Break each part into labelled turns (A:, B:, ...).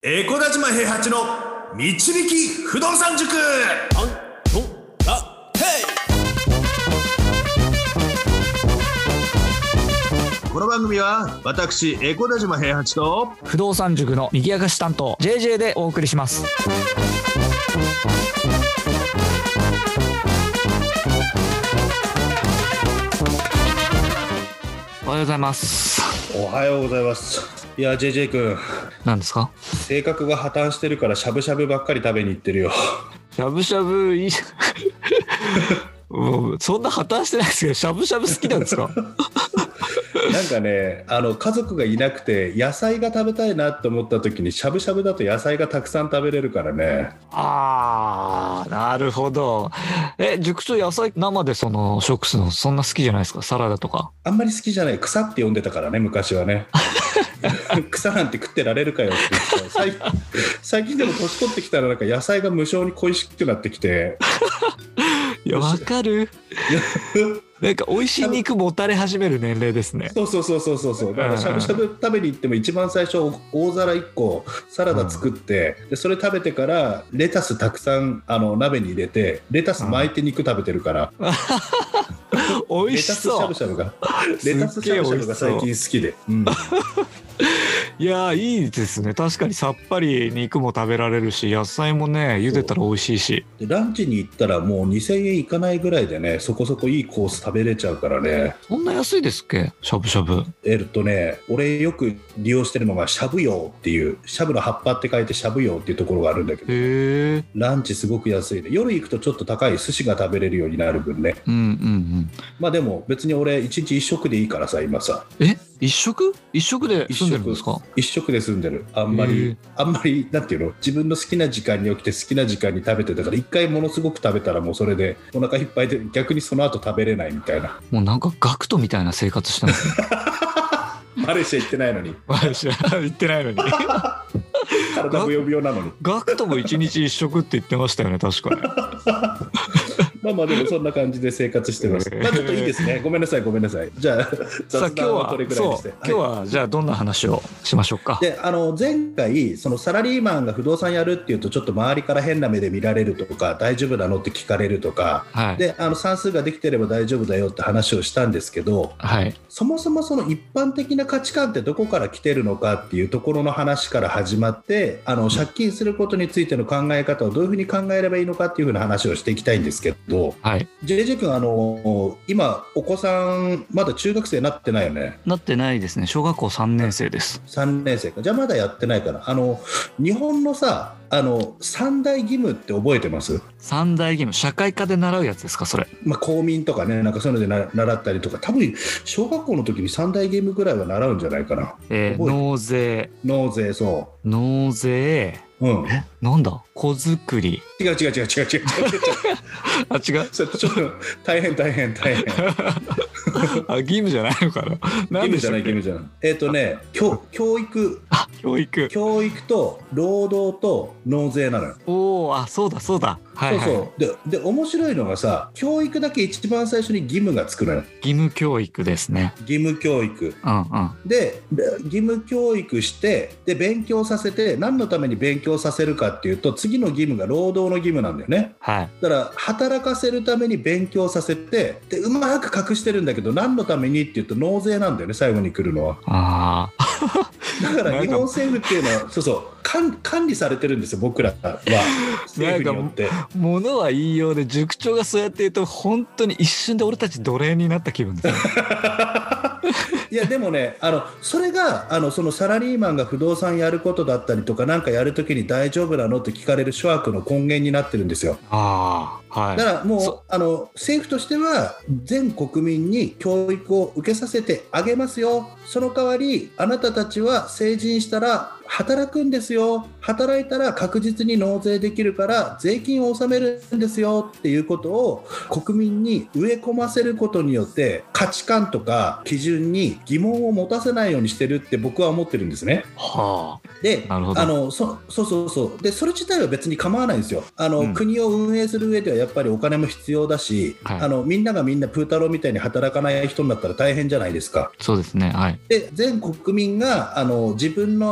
A: エコダ島平八の導き不動産塾。この番組は私エコダ島平八と
B: 不動産塾の右明かし担当 JJ でお送りします。おはようございます。
A: おはようございます。いや JJ 君、
B: 何ですか？
A: 性格が破綻してるからしゃぶしゃぶばっかり食べに行ってるよ。
B: しゃぶしゃぶいいもうそんな破綻してないですけど、しゃぶしゃぶ好きなんですか？
A: なんかね、家族がいなくて野菜が食べたいなと思った時にしゃぶしゃぶだと野菜がたくさん食べれるからね。
B: あー、なるほど。塾長、野菜生で食すのそんな好きじゃないですか？サラダとか。
A: あんまり好きじゃない。草って呼んでたからね、昔はね。草なんて食ってられるかよって言ってた。最近でも年取ってきたらなんか野菜が無性に恋しくなってきて。
B: いや、わかる。なんか美味しい肉もたれ始める年齢ですね。
A: そうだからしゃぶしゃぶ食べに行っても一番最初大皿1個サラダ作って、でそれ食べてからレタスたくさん鍋に入れてレタス巻いて肉食べてるから、
B: 美味しそう。
A: レタスしゃぶしゃぶが最近好きで、
B: いやいいですね。確かにさっぱり肉も食べられるし、野菜もね茹でたら美味しいし、
A: でランチに行ったらもう2000円いかないぐらいでね、そこそこいいコース食べれちゃうからね。
B: そんな安いですっけ、しゃぶしゃぶ？
A: 俺よく利用してるのがしゃぶ葉っていう、しゃぶの葉っぱって書いてしゃぶ葉っていうところがあるんだけど、ランチすごく安いで、夜行くとちょっと高い寿司が食べれるようになる分ね。まあでも別に俺1日1食でいいからさ、今さ。
B: 一食で住んでるんですか？
A: 一食で住んでる。あんまりなんていうの、自分の好きな時間に起きて好きな時間に食べて、だから一回ものすごく食べたらもうそれでお腹いっぱいで逆にその後食べれないみたいな。
B: もうなんかガクトみたいな生活してますね。
A: マレーシア行ってないのに。
B: マレーシア行ってないのに。
A: 体ブヨブヨなのに。
B: ガクトも一日一食って言ってましたよね、確かに。
A: まあでもそんな感じで生活してます。まあちょっといいですね。ごめんなさい。じゃあ雑談をこれぐらいにして。
B: 今日はじゃあどんな話をしましょうか。
A: で、前回そのサラリーマンが不動産やるっていうとちょっと周りから変な目で見られるとか、大丈夫なのって聞かれるとか、で算数ができてれば大丈夫だよって話をしたんですけど、そもそもその一般的な価値観ってどこから来てるのかっていうところの話から始まって、借金することについての考え方をどういうふうに考えればいいのかっていうふうな話をしていきたいんですけど、JJ 君、今お子さんまだ中学生になってないよね？
B: なってないですね。小学校3年生です。
A: 3年生か。じゃあまだやってないかな。日本のさ、三大義務って覚えてます？
B: 三大義務、社会科で習うやつですか、それ？
A: 公民とかね、なんかそういうので習ったりとか、多分小学校の時に三大義務ぐらいは習うんじゃないかな。
B: 納税、
A: そう
B: 納税、なんだ、子作り。
A: 違うあ、違うそれちょっと大変
B: あ、義務じゃないのかな。
A: 義務じゃない教育と労働と納税なのよ。
B: そうだ。
A: で面白いのがさ、教育だけ一番最初に義務がつくのよ。
B: 義務教育ですね。
A: 義務教育、で義務教育して、で勉強させて、何のために勉強させるかっていうと、次の義務が労働の義務なんだよね。だから働かせるために勉強させて、でうまく隠してるんだけど、何のためにっていうと納税なんだよね、最後に来るのは。だから日本政府っていうのは管理されてるんですよ、僕らは。政府によって
B: 物は言いようで、塾長がそうやって言うと本当に一瞬で俺たち奴隷になった気分ですよ。
A: いやでもね、それがそのサラリーマンが不動産やることだったりとか、なんかやるときに大丈夫なのって聞かれる諸悪の根源になってるんですよ。だからもう政府としては全国民に教育を受けさせてあげますよ、その代わりあなたたちは成人したら働くんですよ、働いたら確実に納税できるから税金を納めるんですよっていうことを国民に植え込ませることによって、価値観とか基準に疑問を持たせないようにしてるって僕は思ってるんですね。で、なるほど。そうで、それ自体は別に構わないんですよ。国を運営する上ではやっぱりお金も必要だし、みんながみんなプー太郎みたいに働かない人になったら大変じゃないですか。
B: そうですね。
A: で全国民が自分の意思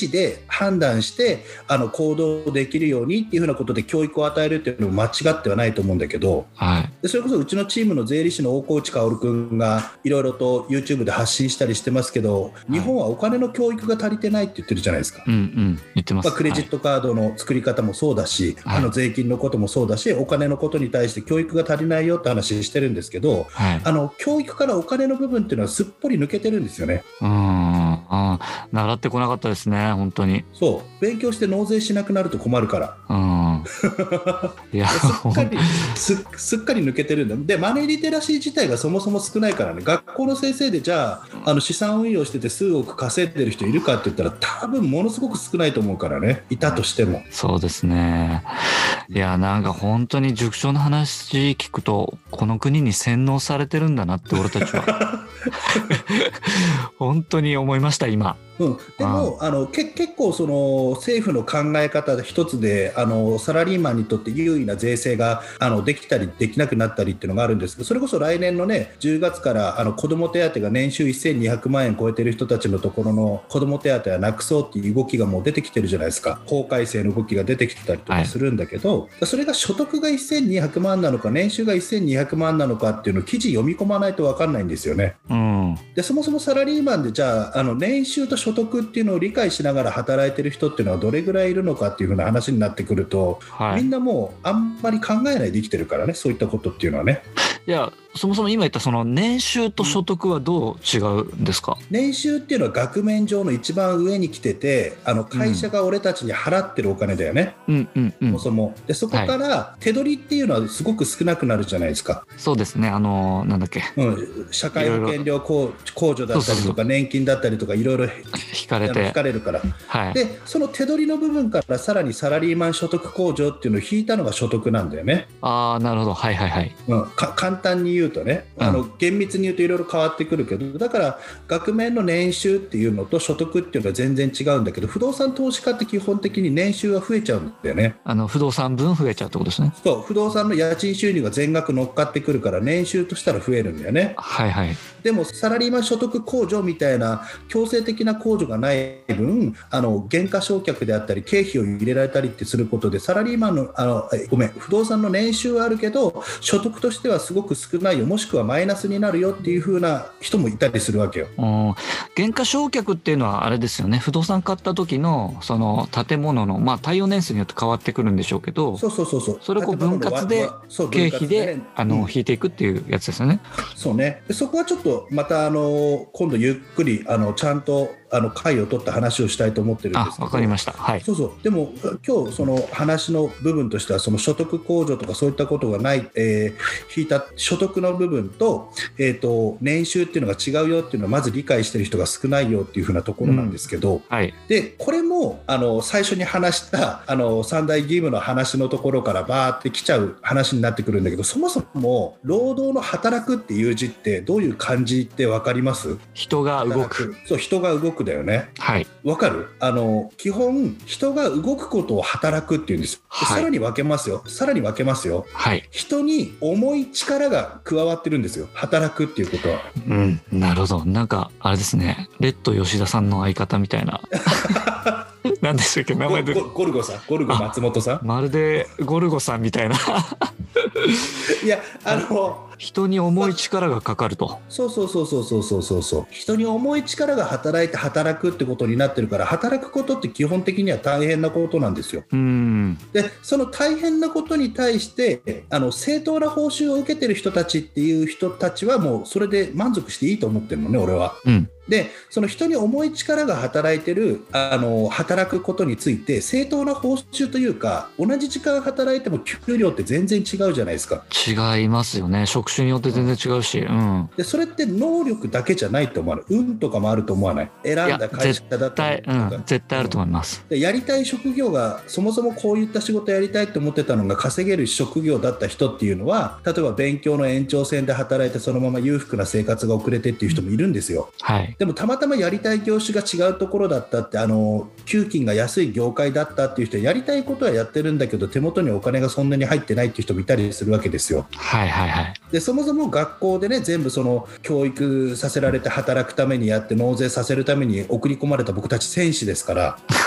A: 思で判断して行動できるようにっていうふうなことで教育を与えるっていうのも間違ってはないと思うんだけど、はい、でそれこそうちのチームの税理士の大河内薫君がいろいろと YouTube で発信したりしてますけど、日本はお金の教育が足りてないって言ってるじゃないですか、うんうん、言ってます。クレジットカードの作り方もそうだし、はい、税金のこともそうだし、お金のことに対して教育が足りないよって話してるんですけど、はい、教育からお金の部分っていうのはすっぽり抜けてるんですよね。
B: 習ってこなかったですね、本当に。
A: そう勉強して納税しなくなると困るからいやすっかり抜けてるんだ。でマネーリテラシー自体がそもそも少ないからね。学校の先生でじゃあ資産運用してて数億稼いでる人いるかって言ったら多分ものすごく少ないと思うからね、いたとしても。
B: そうですね。いやなんか本当に塾長の話聞くとこの国に洗脳されてるんだなって俺たちは本当に思いました今。
A: でも結構その政府の考え方一つでサラリーマンにとって優位な税制ができたりできなくなったりっていうのがあるんですけど、それこそ来年のね10月から子ども手当が年収1200万円超えてる人たちのところの子ども手当はなくそうっていう動きがもう出てきてるじゃないですか。法改正の動きが出てきてたりとかするんだけど、それが所得が1200万なのか年収が1200万なのかっていうのを記事読み込まないと分かんないんですよね。でそもそもサラリーマンでじゃあ年収と所得っていうのを理解しながら働いてる人っていうのはどれぐらいいるのかっていう風な話になってくると、みんなもうあんまり考えないで生きてるからね、そういったことっていうのはね。
B: いやそもそも今言ったその年収と所得はどう違うんですか？
A: 年収っていうのは額面上の一番上に来てて会社が俺たちに払ってるお金だよね、そもそも。でそこから手取りっていうのはすごく少なくなるじゃないですか。
B: そうですね。なんだっけ、
A: 社会保険料控除だったりとか年金だったりとかいろいろ引かれるから、はい、でその手取りの部分からさらにサラリーマン所得控除っていうのを引いたのが所得なんだよね。
B: なるほど。はいはいはい、
A: 簡単に言うとね、厳密に言うといろいろ変わってくるけど、だから額面の年収っていうのと所得っていうのは全然違うんだけど、不動産投資家って基本的に年収は増えちゃうんだよね。
B: 不動産分増えちゃうってことですね。
A: そう、不動産の家賃収入が全額乗っかってくるから年収としたら増えるんだよね。
B: はいはい。
A: でもサラリーマン所得控除みたいな強制的な控除がない分減価償却であったり経費を入れられたりってすることでサラリーマンの不動産の年収はあるけど所得としてはすごく少ないよ、もしくはマイナスになるよっていう風な人もいたりするわけよ。
B: 減価償却っていうのはあれですよね、不動産買った時のその建物の耐用年数によって変わってくるんでしょうけど、それを分割で経費で引いていくっていうやつですよね。
A: そうね。でそこはちょっとまた今度ゆっくりちゃんと回を取った話をしたいと思ってるんですけど。
B: わかりました。はい。
A: でも今日その話の部分としてはその所得控除とかそういったことがない、引いた所得の部分と、年収っていうのが違うよっていうのはまず理解してる人が少ないよっていう風なところなんですけど、はい、でこれも最初に話した三大義務の話のところからバーってきちゃう話になってくるんだけど、そもそも労働の働くっていう字ってどういう漢字って分かります？
B: 人が動く。
A: そう、人が動くだよね。はい。わかる？基本人が動くことを働くっていうんです。はい、さらに分けますよ。はい。人に重い力が加わってるんですよ。働くっていうことは。
B: なるほど。なんかあれですね。レッド吉田さんの相方みたいな。何でしたっけ名前で。
A: ゴルゴさん、ゴルゴ松本さん。
B: まるでゴルゴさんみたいな。
A: いや
B: 人に重い力がかかると。
A: そう人に重い力が働いて働くってことになってるから、働くことって基本的には大変なことなんですよ。でその大変なことに対して正当な報酬を受けてる人たちっていう人たちはもうそれで満足していいと思ってるのね、俺は。でその人に重い力が働いてる働くことについて正当な報酬というか、同じ時間働いても給料って全然違うじゃないですか。
B: 違いますよね。職種によって全然違うし、
A: でそれって能力だけじゃないと思わない？運とかもあると思わない？選んだ会社だったりとか
B: 絶対あると思います。
A: でやりたい職業がそもそもこういった仕事やりたいって思ってたのが稼げる職業だった人っていうのは、例えば勉強の延長線で働いてそのまま裕福な生活が送れてっていう人もいるんですよ。はい、でもたまたまやりたい業種が違うところだったって、給金が安い業界だったっていう人はやりたいことはやってるんだけど手元にお金がそんなに入ってないっていう人もいたりするわけですよ。でそもそも学校でね全部その教育させられて働くためにやって納税させるために送り込まれた僕たち戦士ですから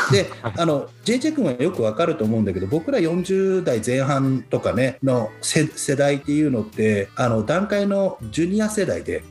A: でJJ 君はよくわかると思うんだけど、僕ら40代前半とかねの世代っていうのって段階のジュニア世代で、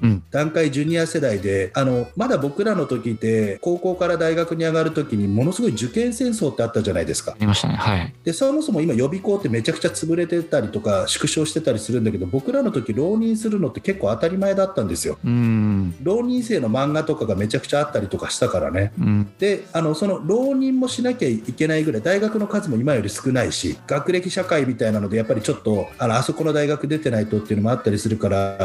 A: まだ僕らの時って高校から大学に上がる時にものすごい受験戦争ってあったじゃないですか。
B: ありましたね。はい。
A: でそもそも今予備校ってめちゃくちゃ潰れてたりとか縮小してたりするんだけど、僕らの時浪人するのって結構当たり前だったんですよ。浪人生の漫画とかがめちゃくちゃあったりとかしたからね。でその浪人もしなきゃいけないぐらい大学の数も今より少ないし、学歴社会みたいなのでやっぱりちょっとあそこの大学出てないとっていうのもあったりするから、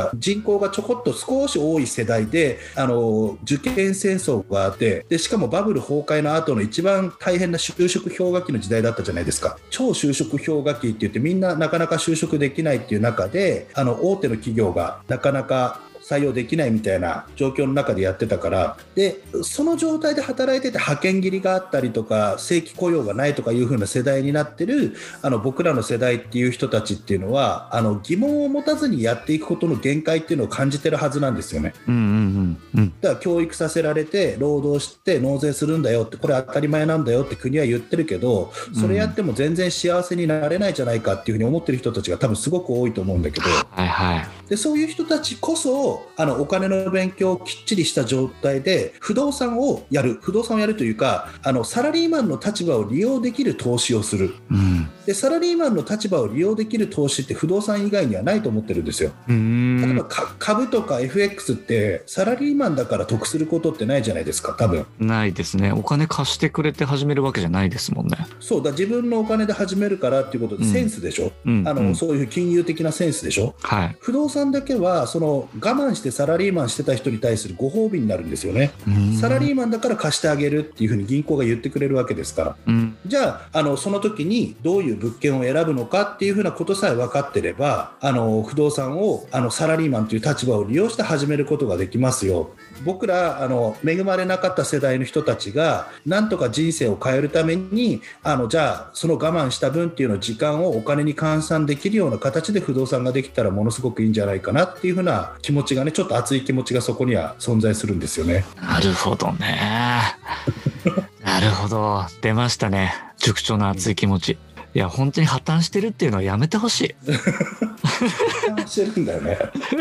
A: 人口がちょこっと少し多い世代で受験戦争があって、でしかもバブル崩壊の後の一番大変な就職氷河期の時代だったじゃないですか。超就職氷河期って言ってみんななかなか就職できないっていう中で大手の企業がなかなか採用できないみたいな状況の中でやってたから、でその状態で働いてて派遣切りがあったりとか正規雇用がないとかいう風な世代になってる僕らの世代っていう人たちっていうのは疑問を持たずにやっていくことの限界っていうのを感じてるはずなんですよね。だから教育させられて労働して納税するんだよって、これ当たり前なんだよって国は言ってるけど、それやっても全然幸せになれないじゃないかっていう風に思ってる人たちが多分すごく多いと思うんだけど、でそういう人たちこそお金の勉強をきっちりした状態で不動産をやるというかサラリーマンの立場を利用できる投資をする、でサラリーマンの立場を利用できる投資って不動産以外にはないと思ってるんですよ。例えば株とか FX ってサラリーマンだから得することってないじゃないですか。多分
B: ないですね。お金貸してくれて始めるわけじゃないですもんね。
A: そうだ、自分のお金で始めるからっていうことでセンスでしょ、そういう金融的なセンスでしょ、不動産だけは我慢してサラリーマンしてた人に対するご褒美になるんですよね。サラリーマンだから貸してあげるっていうふうに銀行が言ってくれるわけですから、じゃあその時にどういう物件を選ぶのかっていうふうなことさえ分かってれば不動産をサラリーマンという立場を利用して始めることができますよ。僕ら恵まれなかった世代の人たちがなんとか人生を変えるためにじゃあその我慢した分っていうのを時間をお金に換算できるような形で不動産ができたらものすごくいいんじゃないかなっていうふうな気持ちがね、ちょっと熱い気持ちがそこには存在するんですよね。
B: なるほどねなるほど、出ましたね、塾長の熱い気持ち。いや本当に破綻してるっていうのはやめてほしい
A: 破綻してるんだよね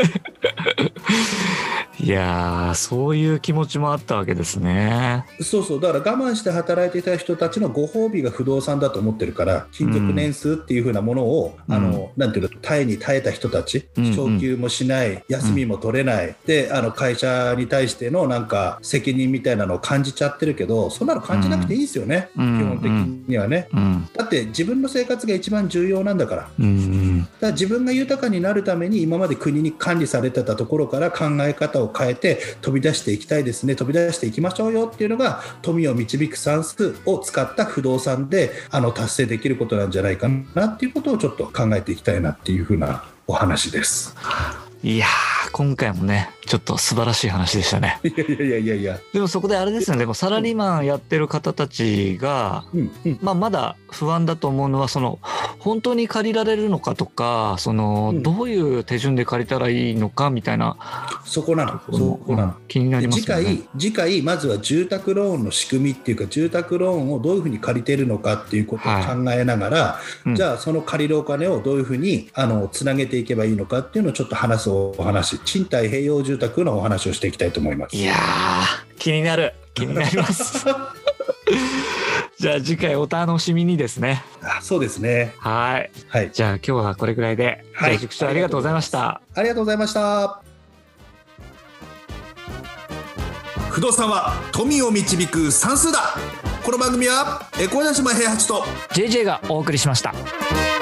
B: いやそういう気持ちもあったわけですね。
A: そうだから我慢して働いていた人たちのご褒美が不動産だと思ってるから、勤続年数っていう風なものを、なんていうの、耐えに耐えた人たち、昇給もしない、休みも取れない、で会社に対してのなんか責任みたいなのを感じちゃってるけど、そんなの感じなくていいですよね、基本的にはね、だって自分の生活が一番重要なんだから、だから自分が豊かになるために今まで国に管理されてたところから考え方を変えて飛び出していきたいですね、飛び出していきましょうよっていうのが富を導く算数を使った不動産で達成できることなんじゃないかなっていうことをちょっと考えていきたいなっていうふうなお話です。
B: いやー今回もねちょっと素晴らしい話でしたね。
A: いや
B: でもそこであれですよね、でもサラリーマンやってる方たちが、まだ不安だと思うのは本当に借りられるのかとかどういう手順で借りたらいいのかみたいな、
A: そこなの
B: 気になりますよね。
A: 次回まずは住宅ローンの仕組みっていうか、住宅ローンをどういうふうに借りているのかっていうことを考えながら、じゃあその借りるお金をどういうふうにつなげていけばいいのかっていうのをちょっと話すお話、賃貸併用住宅のお話をしていきたいと思います。
B: いやー気になりますじゃあ次回お楽しみにですね。
A: そうですね。
B: はい、じゃあ今日はこれぐらいで、塾長ありがとうございました。
A: ありがとうございました。不動産は富を導く算数だ。この番組は小柳島平八と
B: JJ がお送りしました。